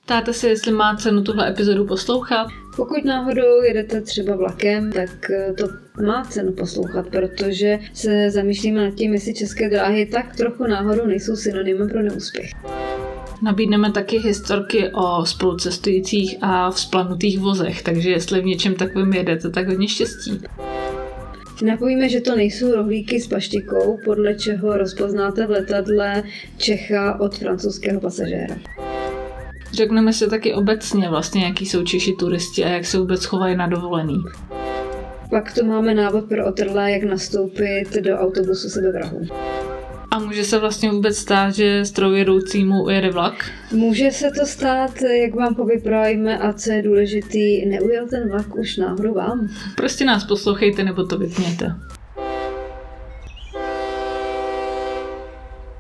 Ptáte se, jestli má cenu tuhle epizodu poslouchat? Pokud náhodou jedete třeba vlakem, tak to má cenu poslouchat, protože se zamýšlíme nad tím, jestli České dráhy tak trochu náhodou nejsou synonymem pro neúspěch. Nabídneme taky historky o spolucestujících a vzplanutých vozech, takže jestli v něčem takovém jedete, tak hodně štěstí. Napovíme, že to nejsou rohlíky s paštikou, podle čeho rozpoznáte v letadle Čecha od francouzského pasažéra. Řekneme si taky obecně vlastně, jaký jsou Češi turisti a jak se vůbec chovají na dovolený. Pak tu máme návod pro otrlé, jak nastoupit do autobusu Sebevrahů. A může se vlastně vůbec stát, že strojvedoucímu ujede vlak? Může se to stát, jak vám povyprávíme, a co je důležitý, neujel ten vlak už náhodou vám? Prostě nás poslouchejte nebo to vypněte.